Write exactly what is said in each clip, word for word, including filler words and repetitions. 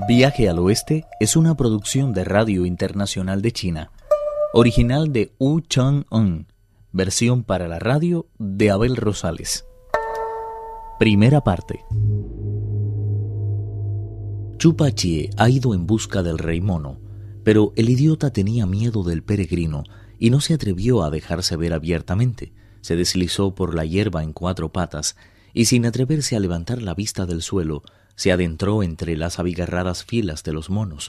Viaje al Oeste es una producción de Radio Internacional de China, original de Wu Chang-un, versión para la radio de Abel Rosales. Primera parte. Chupa Chie ha ido en busca del rey mono, pero el idiota tenía miedo del peregrino y no se atrevió a dejarse ver abiertamente. Se deslizó por la hierba en cuatro patas y, sin atreverse a levantar la vista del suelo, se adentró entre las abigarradas filas de los monos.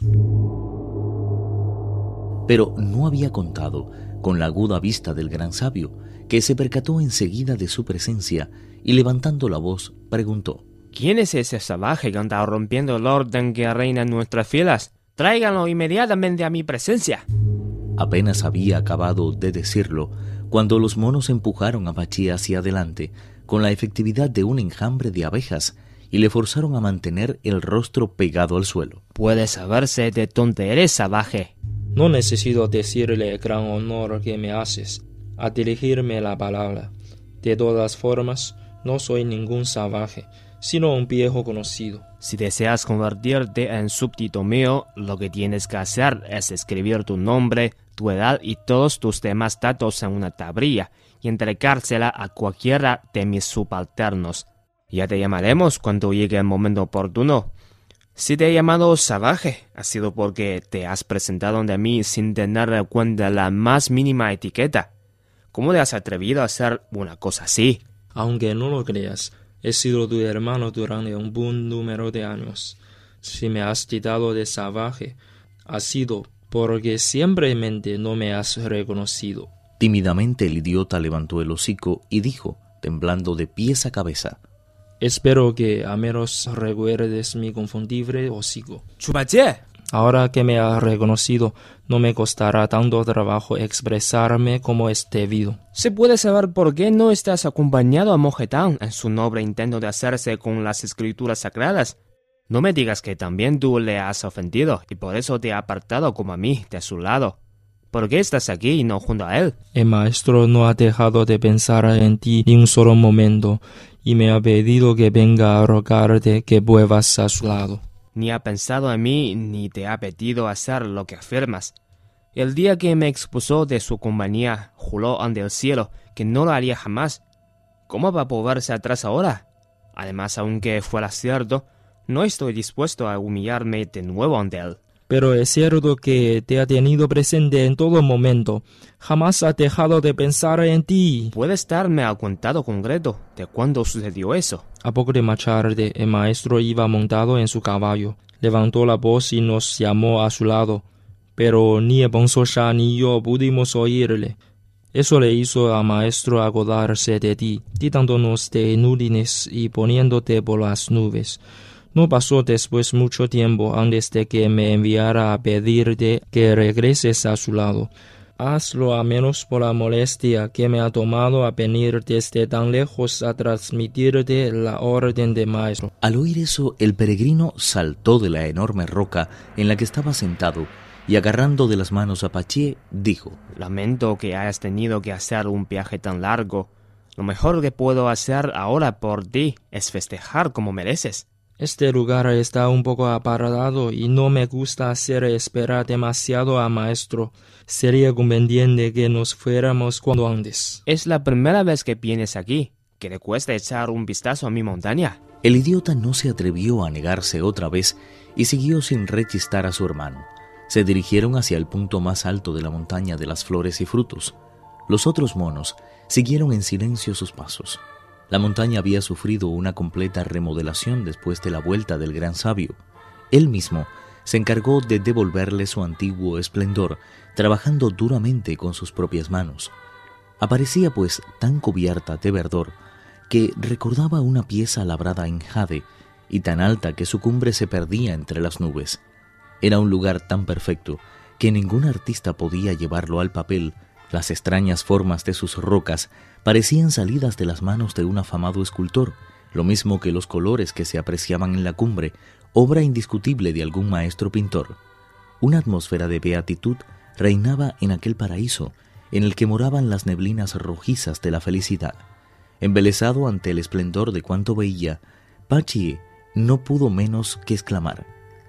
Pero no había contado con la aguda vista del gran sabio, que se percató enseguida de su presencia y, levantando la voz, preguntó: ¿Quién es ese salvaje que anda rompiendo el orden que reina en nuestras filas? ¡Tráiganlo inmediatamente a mi presencia! Apenas había acabado de decirlo cuando los monos empujaron a Pachía hacia adelante con la efectividad de un enjambre de abejas y le forzaron a mantener el rostro pegado al suelo. Puedes saberse de dónde eres, salvaje. No necesito decirle el gran honor que me haces a dirigirme la palabra. De todas formas, no soy ningún salvaje, sino un viejo conocido. Si deseas convertirte en súbdito mío, lo que tienes que hacer es escribir tu nombre, tu edad y todos tus demás datos en una tablilla y entregársela a cualquiera de mis subalternos. Ya te llamaremos cuando llegue el momento oportuno. Si te he llamado salvaje, ha sido porque te has presentado ante mí sin tener en cuenta la más mínima etiqueta. ¿Cómo te has atrevido a hacer una cosa así? Aunque no lo creas, he sido tu hermano durante un buen número de años. Si me has titulado de salvaje, ha sido porque simplemente no me has reconocido. Tímidamente el idiota levantó el hocico y dijo, temblando de pies a cabeza: Espero que a menos recuerdes mi confundible hocico. Chupa Chie. Ahora que me has reconocido, no me costará tanto trabajo expresarme como es debido. ¿Se puede saber por qué no estás acompañado a Mojetán en su noble intento de hacerse con las escrituras sagradas? No me digas que también tú le has ofendido y por eso te ha apartado como a mí de su lado. ¿Por qué estás aquí y no junto a él? El maestro no ha dejado de pensar en ti ni un solo momento y me ha pedido que venga a rogarte que vuelvas a su lado. Ni ha pensado en mí ni te ha pedido hacer lo que afirmas. El día que me expulsó de su compañía, juró ante el cielo que no lo haría jamás. ¿Cómo va a volverse atrás ahora? Además, aunque fuera cierto, no estoy dispuesto a humillarme de nuevo ante él. Pero es cierto que te ha tenido presente en todo momento. Jamás ha dejado de pensar en ti. ¿Puedes darme al contado concreto de cuándo sucedió eso? A poco de marchar, el maestro iba montado en su caballo. Levantó la voz y nos llamó a su lado. Pero ni el bonzo Sha ni yo pudimos oírle. Eso le hizo al maestro acordarse de ti, quitándonos de inútiles y poniéndote por las nubes. No pasó después mucho tiempo antes de que me enviara a pedirte que regreses a su lado. Hazlo a menos por la molestia que me ha tomado a venir desde tan lejos a transmitirte la orden de maestro. Al oír eso, el peregrino saltó de la enorme roca en la que estaba sentado y, agarrando de las manos a Pachie, dijo: Lamento que hayas tenido que hacer un viaje tan largo. Lo mejor que puedo hacer ahora por ti es festejar como mereces. Este lugar está un poco apartado y no me gusta hacer esperar demasiado al maestro. Sería conveniente que nos fuéramos cuando antes. Es la primera vez que vienes aquí. ¿Que te cuesta echar un vistazo a mi montaña? El idiota no se atrevió a negarse otra vez y siguió sin rechistar a su hermano. Se dirigieron hacia el punto más alto de la montaña de las flores y frutos. Los otros monos siguieron en silencio sus pasos. La montaña había sufrido una completa remodelación después de la vuelta del gran sabio. Él mismo se encargó de devolverle su antiguo esplendor, trabajando duramente con sus propias manos. Aparecía pues tan cubierta de verdor que recordaba una pieza labrada en jade y tan alta que su cumbre se perdía entre las nubes. Era un lugar tan perfecto que ningún artista podía llevarlo al papel. Las extrañas formas de sus rocas parecían salidas de las manos de un afamado escultor, lo mismo que los colores que se apreciaban en la cumbre, obra indiscutible de algún maestro pintor. Una atmósfera de beatitud reinaba en aquel paraíso, en el que moraban las neblinas rojizas de la felicidad. Embelesado ante el esplendor de cuanto veía, Pachie no pudo menos que exclamar: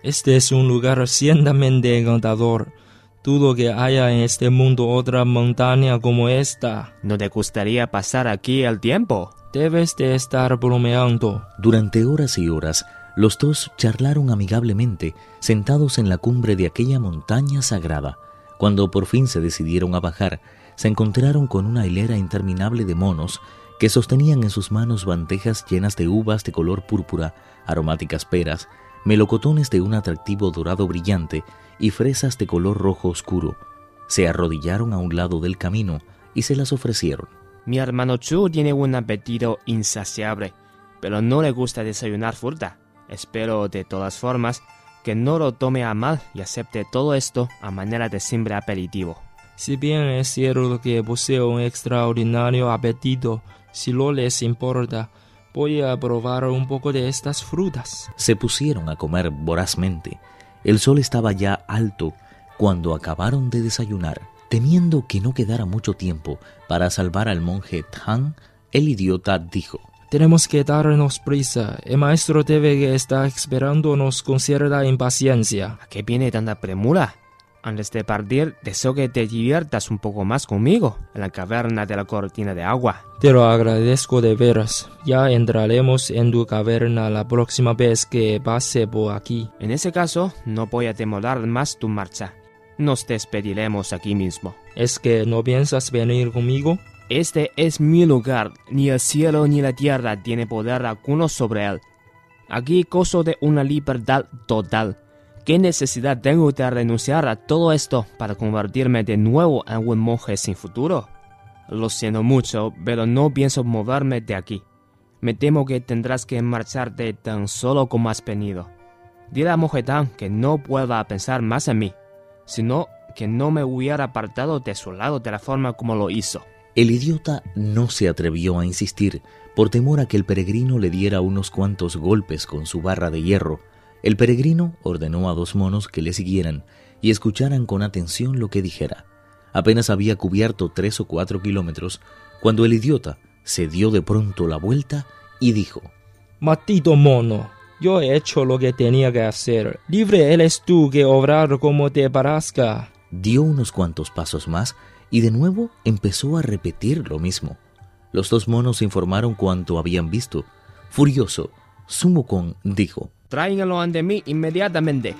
Este es un lugar ciertamente encantador. Dudo que haya en este mundo otra montaña como esta. ¿No te gustaría pasar aquí el tiempo? Debes de estar bromeando. Durante horas y horas, los dos charlaron amigablemente, sentados en la cumbre de aquella montaña sagrada. Cuando por fin se decidieron a bajar, se encontraron con una hilera interminable de monos que sostenían en sus manos bandejas llenas de uvas de color púrpura, aromáticas peras, melocotones de un atractivo dorado brillante y fresas de color rojo oscuro. Se arrodillaron a un lado del camino y se las ofrecieron. Mi hermano Chu tiene un apetito insaciable, pero no le gusta desayunar fruta. Espero, de todas formas, que no lo tome a mal y acepte todo esto a manera de simple aperitivo. Si bien es cierto que poseo un extraordinario apetito, si no les importa, voy a probar un poco de estas frutas. Se pusieron a comer vorazmente. El sol estaba ya alto cuando acabaron de desayunar. Temiendo que no quedara mucho tiempo para salvar al monje Tang, el idiota dijo: Tenemos que darnos prisa. El maestro debe que estar esperándonos con cierta impaciencia. ¿A qué viene tanta premura? Antes de partir, deseo que te diviertas un poco más conmigo en la caverna de la cortina de agua. Te lo agradezco de veras. Ya entraremos en tu caverna la próxima vez que pase por aquí. En ese caso, no voy a demorar más tu marcha. Nos despediremos aquí mismo. ¿Es que no piensas venir conmigo? Este es mi lugar. Ni el cielo ni la tierra tiene poder alguno sobre él. Aquí gozo de una libertad total. ¿Qué necesidad tengo de renunciar a todo esto para convertirme de nuevo en un monje sin futuro? Lo siento mucho, pero no pienso moverme de aquí. Me temo que tendrás que marcharte tan solo como has venido. Dile a monje Tang que no vuelva a pensar más en mí, sino que no me hubiera apartado de su lado de la forma como lo hizo. El idiota no se atrevió a insistir, por temor a que el peregrino le diera unos cuantos golpes con su barra de hierro. El peregrino ordenó a dos monos que le siguieran y escucharan con atención lo que dijera. Apenas había cubierto tres o cuatro kilómetros cuando el idiota se dio de pronto la vuelta y dijo: Maldito mono, yo he hecho lo que tenía que hacer. Libre eres tú que obrar como te parezca. Dio unos cuantos pasos más y de nuevo empezó a repetir lo mismo. Los dos monos informaron cuanto habían visto. Furioso, Sun Wukong dijo: Tráiganlo ante mí inmediatamente.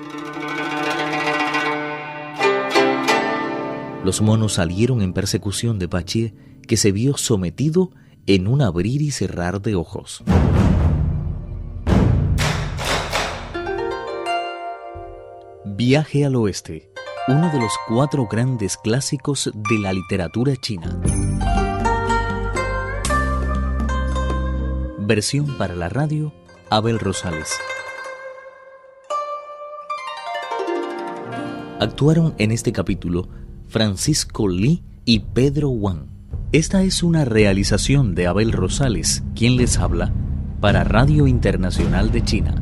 Los monos salieron en persecución de Pachie, que se vio sometido en un abrir y cerrar de ojos. Viaje al oeste, uno de los cuatro grandes clásicos de la literatura china. Versión para la radio, Abel Rosales. Actuaron en este capítulo Francisco Li y Pedro Wang. Esta es una realización de Abel Rosales, quien les habla, para Radio Internacional de China.